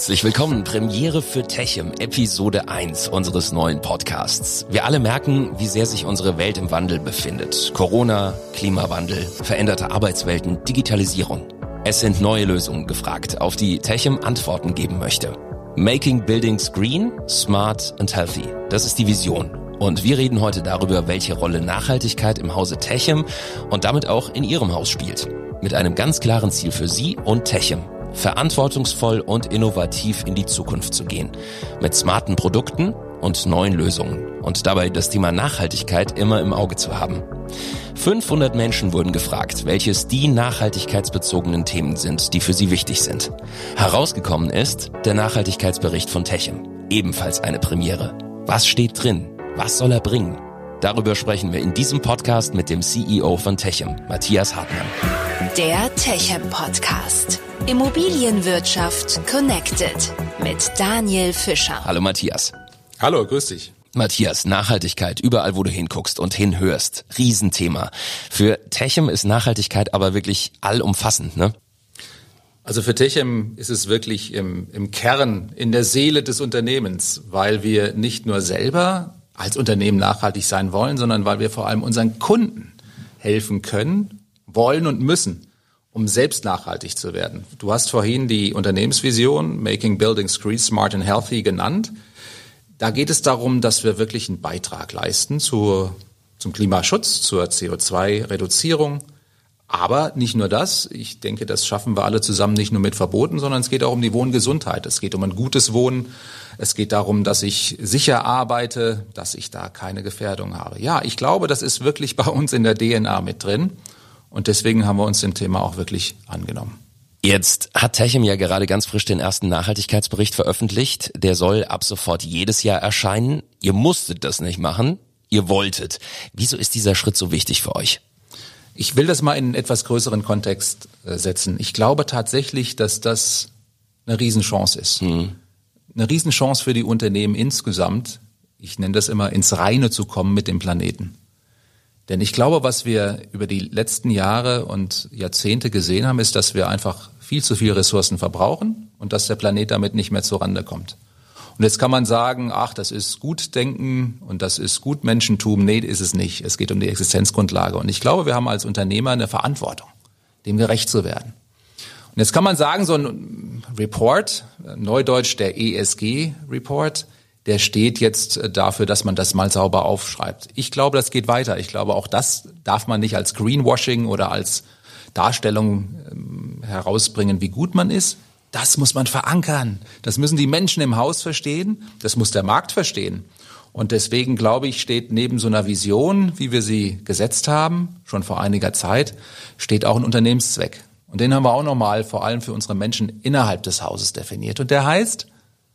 Herzlich willkommen, Premiere für Techem, Episode 1 unseres neuen Podcasts. Wir alle merken, wie sehr sich unsere Welt im Wandel befindet. Corona, Klimawandel, veränderte Arbeitswelten, Digitalisierung. Es sind neue Lösungen gefragt, auf die Techem Antworten geben möchte. Making Buildings Green, Smart and Healthy. Das ist die Vision. Und wir reden heute darüber, welche Rolle Nachhaltigkeit im Hause Techem und damit auch in Ihrem Haus spielt. Mit einem ganz klaren Ziel für Sie und Techem: verantwortungsvoll und innovativ in die Zukunft zu gehen. Mit smarten Produkten und neuen Lösungen. Und dabei das Thema Nachhaltigkeit immer im Auge zu haben. 500 Menschen wurden gefragt, welches die nachhaltigkeitsbezogenen Themen sind, die für sie wichtig sind. Herausgekommen ist der Nachhaltigkeitsbericht von Techem. Ebenfalls eine Premiere. Was steht drin? Was soll er bringen? Darüber sprechen wir in diesem Podcast mit dem CEO von Techem, Matthias Hartmann. Der Techem Podcast. Immobilienwirtschaft connected mit Daniel Fischer. Hallo Matthias. Hallo, grüß dich. Matthias, Nachhaltigkeit, überall wo du hinguckst und hinhörst, Riesenthema. Für Techem ist Nachhaltigkeit aber wirklich allumfassend, ne? Also für Techem ist es wirklich im Kern, in der Seele des Unternehmens, weil wir nicht nur selber als Unternehmen nachhaltig sein wollen, sondern weil wir vor allem unseren Kunden helfen können, wollen und müssen, um selbst nachhaltig zu werden. Du hast vorhin die Unternehmensvision Making Buildings Green, Smart and Healthy genannt. Da geht es darum, dass wir wirklich einen Beitrag leisten zum Klimaschutz, zur CO2-Reduzierung. Aber nicht nur das. Ich denke, das schaffen wir alle zusammen nicht nur mit Verboten, sondern es geht auch um die Wohngesundheit. Es geht um ein gutes Wohnen. Es geht darum, dass ich sicher arbeite, dass ich da keine Gefährdung habe. Ja, ich glaube, das ist wirklich bei uns in der DNA mit drin. Und deswegen haben wir uns dem Thema auch wirklich angenommen. Jetzt hat Techem ja gerade ganz frisch den ersten Nachhaltigkeitsbericht veröffentlicht. Der soll ab sofort jedes Jahr erscheinen. Ihr musstet das nicht machen, ihr wolltet. Wieso ist dieser Schritt so wichtig für euch? Ich will das mal in einen etwas größeren Kontext setzen. Ich glaube tatsächlich, dass das eine Riesenchance ist. Eine Riesenchance für die Unternehmen insgesamt. Ich nenne das immer, ins Reine zu kommen mit dem Planeten. Denn ich glaube, was wir über die letzten Jahre und Jahrzehnte gesehen haben, ist, dass wir einfach viel zu viel Ressourcen verbrauchen und dass der Planet damit nicht mehr zurande kommt. Und jetzt kann man sagen, ach, das ist Gutdenken und das ist Gutmenschentum. Nee, ist es nicht. Es geht um die Existenzgrundlage. Und ich glaube, wir haben als Unternehmer eine Verantwortung, dem gerecht zu werden. Und jetzt kann man sagen, so ein Report, neudeutsch der ESG-Report, der steht jetzt dafür, dass man das mal sauber aufschreibt. Ich glaube, das geht weiter. Ich glaube, auch das darf man nicht als Greenwashing oder als Darstellung herausbringen, wie gut man ist. Das muss man verankern. Das müssen die Menschen im Haus verstehen. Das muss der Markt verstehen. Und deswegen, glaube ich, steht neben so einer Vision, wie wir sie gesetzt haben, schon vor einiger Zeit, steht auch ein Unternehmenszweck. Und den haben wir auch nochmal vor allem für unsere Menschen innerhalb des Hauses definiert. Und der heißt: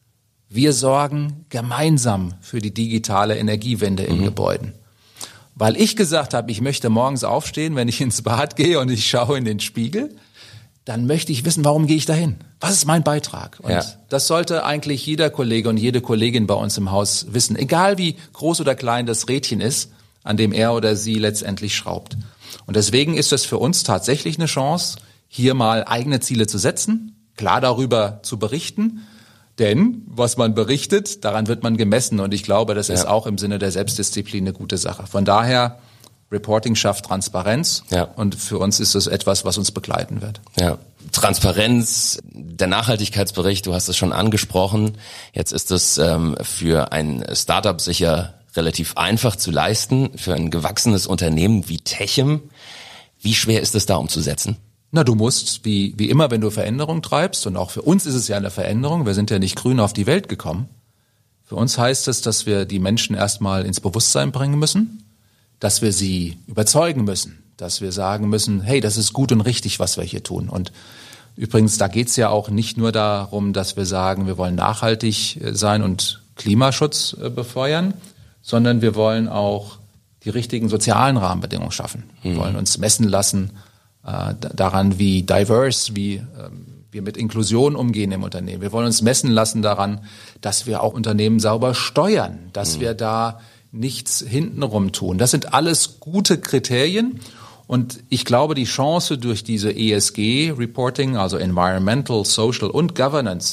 Wir sorgen gemeinsam für die digitale Energiewende in Gebäuden. Weil ich gesagt habe, ich möchte morgens aufstehen, wenn ich ins Bad gehe und ich schaue in den Spiegel, dann möchte ich wissen, warum gehe ich dahin? Was ist mein Beitrag? Und das sollte eigentlich jeder Kollege und jede Kollegin bei uns im Haus wissen, egal wie groß oder klein das Rädchen ist, an dem er oder sie letztendlich schraubt. Und deswegen ist es für uns tatsächlich eine Chance, hier mal eigene Ziele zu setzen, klar darüber zu berichten. Denn was man berichtet, daran wird man gemessen. Und ich glaube, das ist auch im Sinne der Selbstdisziplin eine gute Sache. Von daher, Reporting schafft Transparenz. Und für uns ist das etwas, was uns begleiten wird. Ja. Transparenz, der Nachhaltigkeitsbericht, du hast es schon angesprochen. Jetzt ist es für ein Startup sicher relativ einfach zu leisten, für ein gewachsenes Unternehmen wie Techem. Wie schwer ist es da umzusetzen? Na, du musst, wie immer, wenn du Veränderung treibst, und auch für uns ist es ja eine Veränderung, wir sind ja nicht grün auf die Welt gekommen. Für uns heißt es, dass wir die Menschen erstmal ins Bewusstsein bringen müssen, dass wir sie überzeugen müssen, dass wir sagen müssen, hey, das ist gut und richtig, was wir hier tun. Und übrigens, da geht's ja auch nicht nur darum, dass wir sagen, wir wollen nachhaltig sein und Klimaschutz befeuern, sondern wir wollen auch die richtigen sozialen Rahmenbedingungen schaffen. Wir wollen uns messen lassen daran, wie diverse, wie wir mit Inklusion umgehen im Unternehmen. Wir wollen uns messen lassen daran, dass wir auch Unternehmen sauber steuern, dass wir da nichts hintenrum tun. Das sind alles gute Kriterien. Und ich glaube, die Chance durch diese ESG-Reporting, also Environmental, Social und Governance,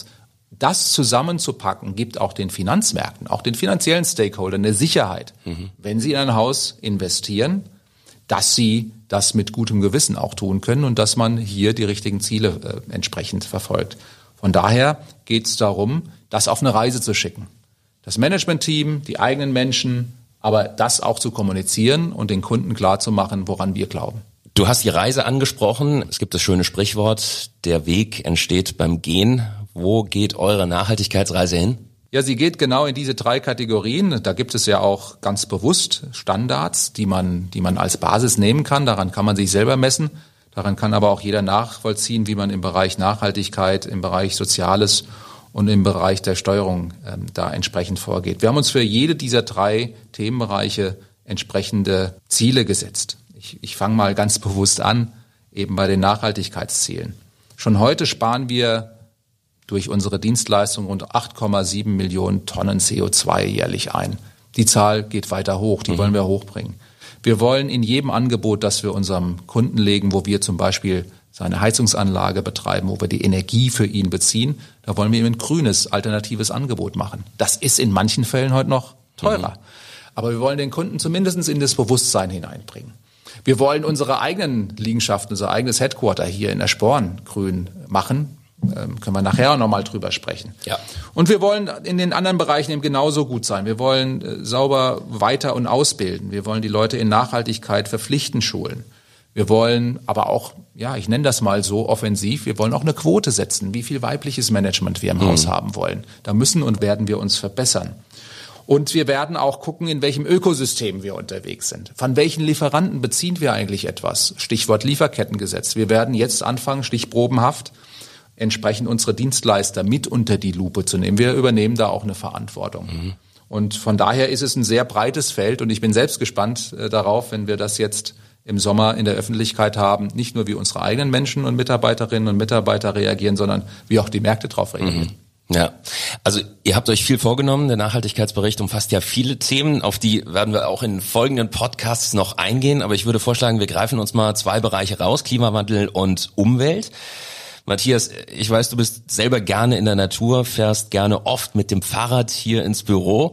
das zusammenzupacken, gibt auch den Finanzmärkten, auch den finanziellen Stakeholdern eine Sicherheit, wenn sie in ein Haus investieren, dass sie das mit gutem Gewissen auch tun können und dass man hier die richtigen Ziele entsprechend verfolgt. Von daher geht es darum, das auf eine Reise zu schicken. Das Management-Team, die eigenen Menschen, aber das auch zu kommunizieren und den Kunden klarzumachen, woran wir glauben. Du hast die Reise angesprochen. Es gibt das schöne Sprichwort, der Weg entsteht beim Gehen. Wo geht eure Nachhaltigkeitsreise hin? Ja, sie geht genau in diese 3 Kategorien. Da gibt es ja auch ganz bewusst Standards, die man als Basis nehmen kann. Daran kann man sich selber messen. Daran kann aber auch jeder nachvollziehen, wie man im Bereich Nachhaltigkeit, im Bereich Soziales und im Bereich der Steuerung da entsprechend vorgeht. Wir haben uns für jede dieser 3 Themenbereiche entsprechende Ziele gesetzt. Ich fange mal ganz bewusst an, eben bei den Nachhaltigkeitszielen. Schon heute sparen wir durch unsere Dienstleistung rund 8,7 Millionen Tonnen CO2 jährlich ein. Die Zahl geht weiter hoch, die wollen wir hochbringen. Wir wollen in jedem Angebot, das wir unserem Kunden legen, wo wir zum Beispiel seine Heizungsanlage betreiben, wo wir die Energie für ihn beziehen, da wollen wir ihm ein grünes, alternatives Angebot machen. Das ist in manchen Fällen heute noch teurer. Aber wir wollen den Kunden zumindest in das Bewusstsein hineinbringen. Wir wollen unsere eigenen Liegenschaften, unser eigenes Headquarter hier in Eschborn grün machen. Können wir nachher auch nochmal drüber sprechen. Ja. Und wir wollen in den anderen Bereichen eben genauso gut sein. Wir wollen sauber weiter- und ausbilden. Wir wollen die Leute in Nachhaltigkeit verpflichtend schulen. Wir wollen aber auch, ja, ich nenne das mal so offensiv, wir wollen auch eine Quote setzen, wie viel weibliches Management wir im Haus haben wollen. Da müssen und werden wir uns verbessern. Und wir werden auch gucken, in welchem Ökosystem wir unterwegs sind. Von welchen Lieferanten beziehen wir eigentlich etwas? Stichwort Lieferkettengesetz. Wir werden jetzt anfangen, stichprobenhaft entsprechend unsere Dienstleister mit unter die Lupe zu nehmen. Wir übernehmen da auch eine Verantwortung. Und von daher ist es ein sehr breites Feld und ich bin selbst gespannt darauf, wenn wir das jetzt im Sommer in der Öffentlichkeit haben, nicht nur wie unsere eigenen Menschen und Mitarbeiterinnen und Mitarbeiter reagieren, sondern wie auch die Märkte darauf reagieren. Ja, also ihr habt euch viel vorgenommen. Der Nachhaltigkeitsbericht umfasst ja viele Themen, auf die werden wir auch in folgenden Podcasts noch eingehen. Aber ich würde vorschlagen, wir greifen uns mal 2 Bereiche raus, Klimawandel und Umwelt. Matthias, ich weiß, du bist selber gerne in der Natur, fährst gerne oft mit dem Fahrrad hier ins Büro.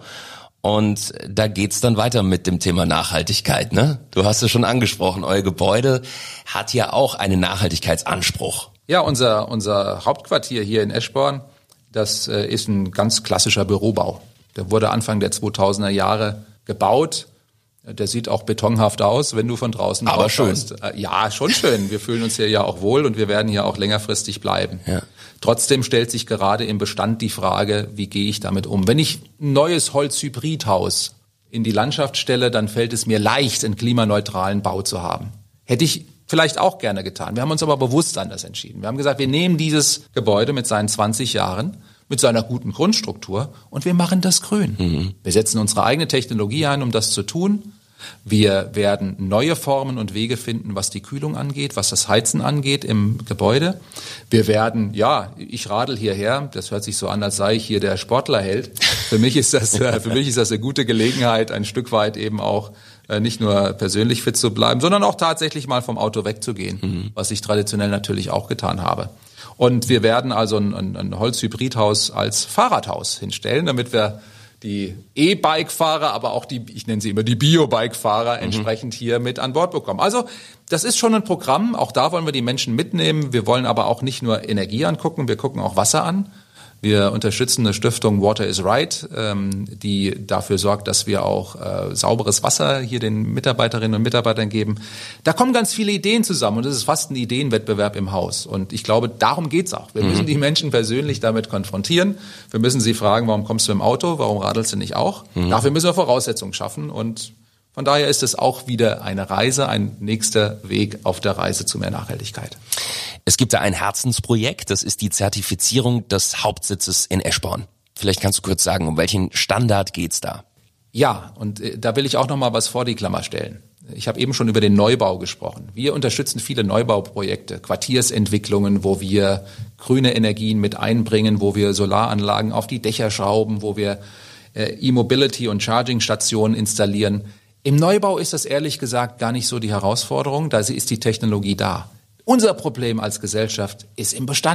Und da geht's dann weiter mit dem Thema Nachhaltigkeit, ne? Du hast es schon angesprochen, euer Gebäude hat ja auch einen Nachhaltigkeitsanspruch. Ja, unser Hauptquartier hier in Eschborn, das ist ein ganz klassischer Bürobau. Der wurde Anfang der 2000er Jahre gebaut. Der sieht auch betonhaft aus, wenn du von draußen drauf schaust. Ja, schon schön. Wir fühlen uns hier ja auch wohl und wir werden hier auch längerfristig bleiben. Ja. Trotzdem stellt sich gerade im Bestand die Frage, wie gehe ich damit um? Wenn ich ein neues Holzhybridhaus in die Landschaft stelle, dann fällt es mir leicht, einen klimaneutralen Bau zu haben. Hätte ich vielleicht auch gerne getan. Wir haben uns aber bewusst anders entschieden. Wir haben gesagt, wir nehmen dieses Gebäude mit seinen 20 Jahren, mit seiner guten Grundstruktur und wir machen das grün. Wir setzen unsere eigene Technologie ein, um das zu tun. Wir werden neue Formen und Wege finden, was die Kühlung angeht, was das Heizen angeht im Gebäude. Wir werden, ja, ich radel hierher, das hört sich so an, als sei ich hier der Sportlerheld. Für mich ist das eine gute Gelegenheit, ein Stück weit eben auch nicht nur persönlich fit zu bleiben, sondern auch tatsächlich mal vom Auto wegzugehen, was ich traditionell natürlich auch getan habe. Und wir werden also ein Holzhybridhaus als Fahrradhaus hinstellen, damit wir die E-Bike-Fahrer, aber auch ich nenne sie immer die Bio-Bike-Fahrer entsprechend hier mit an Bord bekommen. Also das ist schon ein Programm, auch da wollen wir die Menschen mitnehmen. Wir wollen aber auch nicht nur Energie angucken, wir gucken auch Wasser an. Wir unterstützen eine Stiftung Water is Right, die dafür sorgt, dass wir auch sauberes Wasser hier den Mitarbeiterinnen und Mitarbeitern geben. Da kommen ganz viele Ideen zusammen und es ist fast ein Ideenwettbewerb im Haus. Und ich glaube, darum geht's auch. Wir müssen die Menschen persönlich damit konfrontieren. Wir müssen sie fragen, warum kommst du im Auto, warum radelst du nicht auch? Dafür müssen wir Voraussetzungen schaffen und von daher ist es auch wieder eine Reise, ein nächster Weg auf der Reise zu mehr Nachhaltigkeit. Es gibt da ein Herzensprojekt, das ist die Zertifizierung des Hauptsitzes in Eschborn. Vielleicht kannst du kurz sagen, um welchen Standard geht's da? Ja, und da will ich auch noch mal was vor die Klammer stellen. Ich habe eben schon über den Neubau gesprochen. Wir unterstützen viele Neubauprojekte, Quartiersentwicklungen, wo wir grüne Energien mit einbringen, wo wir Solaranlagen auf die Dächer schrauben, wo wir E-Mobility und Charging-Stationen installieren. Im Neubau ist das ehrlich gesagt gar nicht so die Herausforderung, da ist die Technologie da. Unser Problem als Gesellschaft ist im Bestand.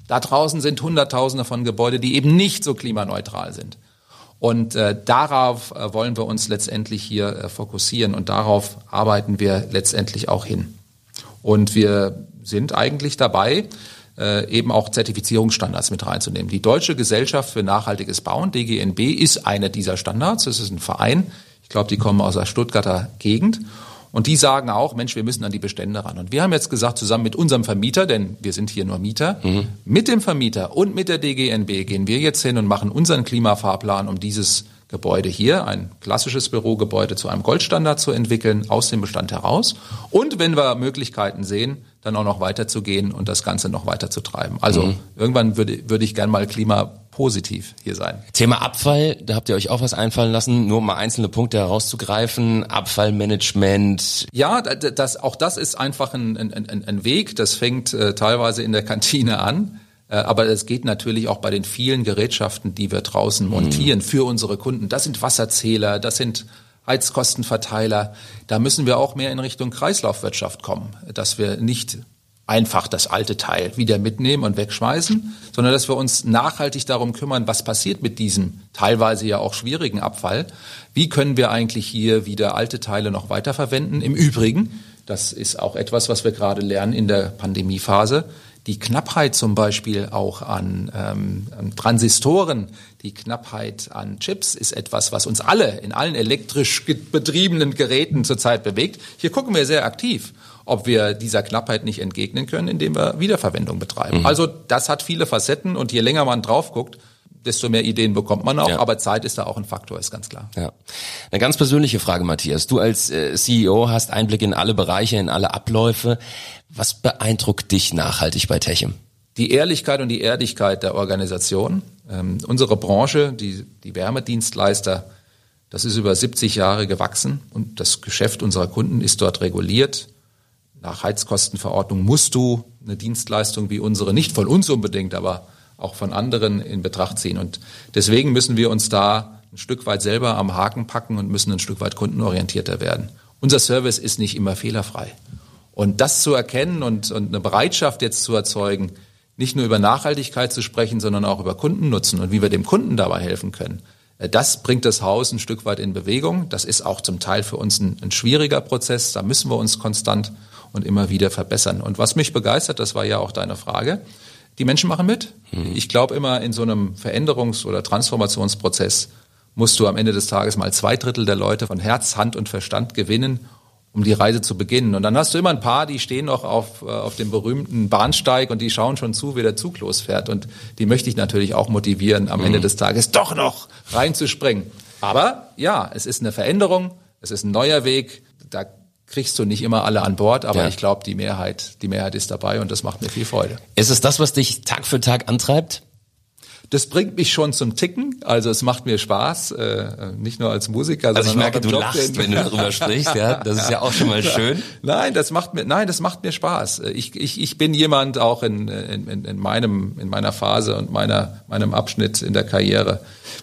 Da draußen sind Hunderttausende von Gebäuden, die eben nicht so klimaneutral sind. Und darauf wollen wir uns letztendlich hier fokussieren und darauf arbeiten wir letztendlich auch hin. Und wir sind eigentlich dabei, eben auch Zertifizierungsstandards mit reinzunehmen. Die Deutsche Gesellschaft für nachhaltiges Bauen, DGNB, ist eine dieser Standards. Das ist ein Verein. Ich glaube, die kommen aus der Stuttgarter Gegend. Und die sagen auch, Mensch, wir müssen an die Bestände ran. Und wir haben jetzt gesagt, zusammen mit unserem Vermieter, denn wir sind hier nur Mieter, mit dem Vermieter und mit der DGNB gehen wir jetzt hin und machen unseren Klimafahrplan, um dieses Gebäude hier, ein klassisches Bürogebäude, zu einem Goldstandard zu entwickeln, aus dem Bestand heraus. Und wenn wir Möglichkeiten sehen, dann auch noch weiterzugehen und das Ganze noch weiter zu treiben. Also irgendwann würde ich gern mal klimapositiv hier sein. Thema Abfall, da habt ihr euch auch was einfallen lassen, nur um mal einzelne Punkte herauszugreifen. Abfallmanagement. Ja, auch das ist einfach ein Weg. Das fängt teilweise in der Kantine an. Aber es geht natürlich auch bei den vielen Gerätschaften, die wir draußen montieren für unsere Kunden. Das sind Wasserzähler, das sind Heizkostenverteiler. Da müssen wir auch mehr in Richtung Kreislaufwirtschaft kommen, dass wir nicht einfach das alte Teil wieder mitnehmen und wegschmeißen, sondern dass wir uns nachhaltig darum kümmern, was passiert mit diesem teilweise ja auch schwierigen Abfall. Wie können wir eigentlich hier wieder alte Teile noch weiterverwenden? Im Übrigen, das ist auch etwas, was wir gerade lernen in der Pandemiephase, die Knappheit zum Beispiel auch an Transistoren, die Knappheit an Chips ist etwas, was uns alle in allen elektrisch betriebenen Geräten zurzeit bewegt. Hier gucken wir sehr aktiv, ob wir dieser Knappheit nicht entgegnen können, indem wir Wiederverwendung betreiben. Also das hat viele Facetten und je länger man drauf guckt, desto mehr Ideen bekommt man auch. Ja. Aber Zeit ist da auch ein Faktor, ist ganz klar. Ja. Eine ganz persönliche Frage, Matthias. Du als CEO hast Einblick in alle Bereiche, in alle Abläufe. Was beeindruckt dich nachhaltig bei Techem? Die Ehrlichkeit und die Ehrlichkeit der Organisation. Unsere Branche, die Wärmedienstleister, das ist über 70 Jahre gewachsen und das Geschäft unserer Kunden ist dort reguliert. Nach Heizkostenverordnung musst du eine Dienstleistung wie unsere, nicht von uns unbedingt, aber auch von anderen in Betracht ziehen. Und deswegen müssen wir uns da ein Stück weit selber am Haken packen und müssen ein Stück weit kundenorientierter werden. Unser Service ist nicht immer fehlerfrei. Und das zu erkennen und eine Bereitschaft jetzt zu erzeugen, nicht nur über Nachhaltigkeit zu sprechen, sondern auch über Kundennutzen und wie wir dem Kunden dabei helfen können, das bringt das Haus ein Stück weit in Bewegung. Das ist auch zum Teil für uns ein schwieriger Prozess. Da müssen wir uns konstant und immer wieder verbessern. Und was mich begeistert, das war ja auch deine Frage, die Menschen machen mit. Ich glaube immer, in so einem Veränderungs- oder Transformationsprozess musst du am Ende des Tages mal 2/3 der Leute von Herz, Hand und Verstand gewinnen, um die Reise zu beginnen. Und dann hast du immer ein paar, die stehen noch auf dem berühmten Bahnsteig und die schauen schon zu, wie der Zug losfährt. Und die möchte ich natürlich auch motivieren, am Ende des Tages doch noch reinzuspringen. Aber ja, es ist eine Veränderung, es ist ein neuer Weg, da kriegst du nicht immer alle an Bord, aber ich glaube, die Mehrheit ist dabei und das macht mir viel Freude. Ist es das, was dich Tag für Tag antreibt? Das bringt mich schon zum Ticken, also es macht mir Spaß, nicht nur als Musiker, also sondern ich merke, auch im du Job, lachst, wenn du darüber sprichst, ja, das ist ja auch schon mal schön. Nein, das macht mir Spaß. Ich bin jemand auch in meiner Phase und meinem Abschnitt in der Karriere,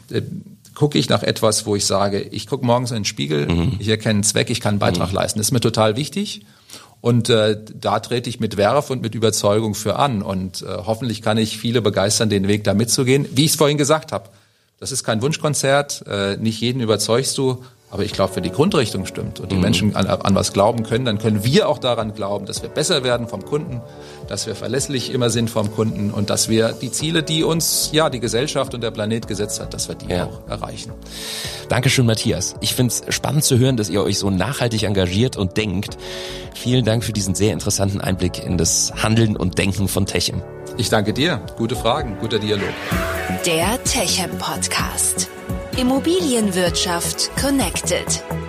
gucke ich nach etwas, wo ich sage, ich gucke morgens in den Spiegel, ich erkenne einen Zweck, ich kann einen Beitrag leisten. Das ist mir total wichtig. Und da trete ich mit Werf und mit Überzeugung für an. Und hoffentlich kann ich viele begeistern, den Weg da mitzugehen. Wie ich es vorhin gesagt habe, das ist kein Wunschkonzert, nicht jeden überzeugst du. Aber ich glaube, wenn die Grundrichtung stimmt und die Menschen an was glauben können, dann können wir auch daran glauben, dass wir besser werden vom Kunden, dass wir verlässlich immer sind vom Kunden und dass wir die Ziele, die uns die Gesellschaft und der Planet gesetzt hat, dass wir die auch erreichen. Dankeschön, Matthias. Ich finde es spannend zu hören, dass ihr euch so nachhaltig engagiert und denkt. Vielen Dank für diesen sehr interessanten Einblick in das Handeln und Denken von Techem. Ich danke dir. Gute Fragen, guter Dialog. Der Techem Podcast. Immobilienwirtschaft connected.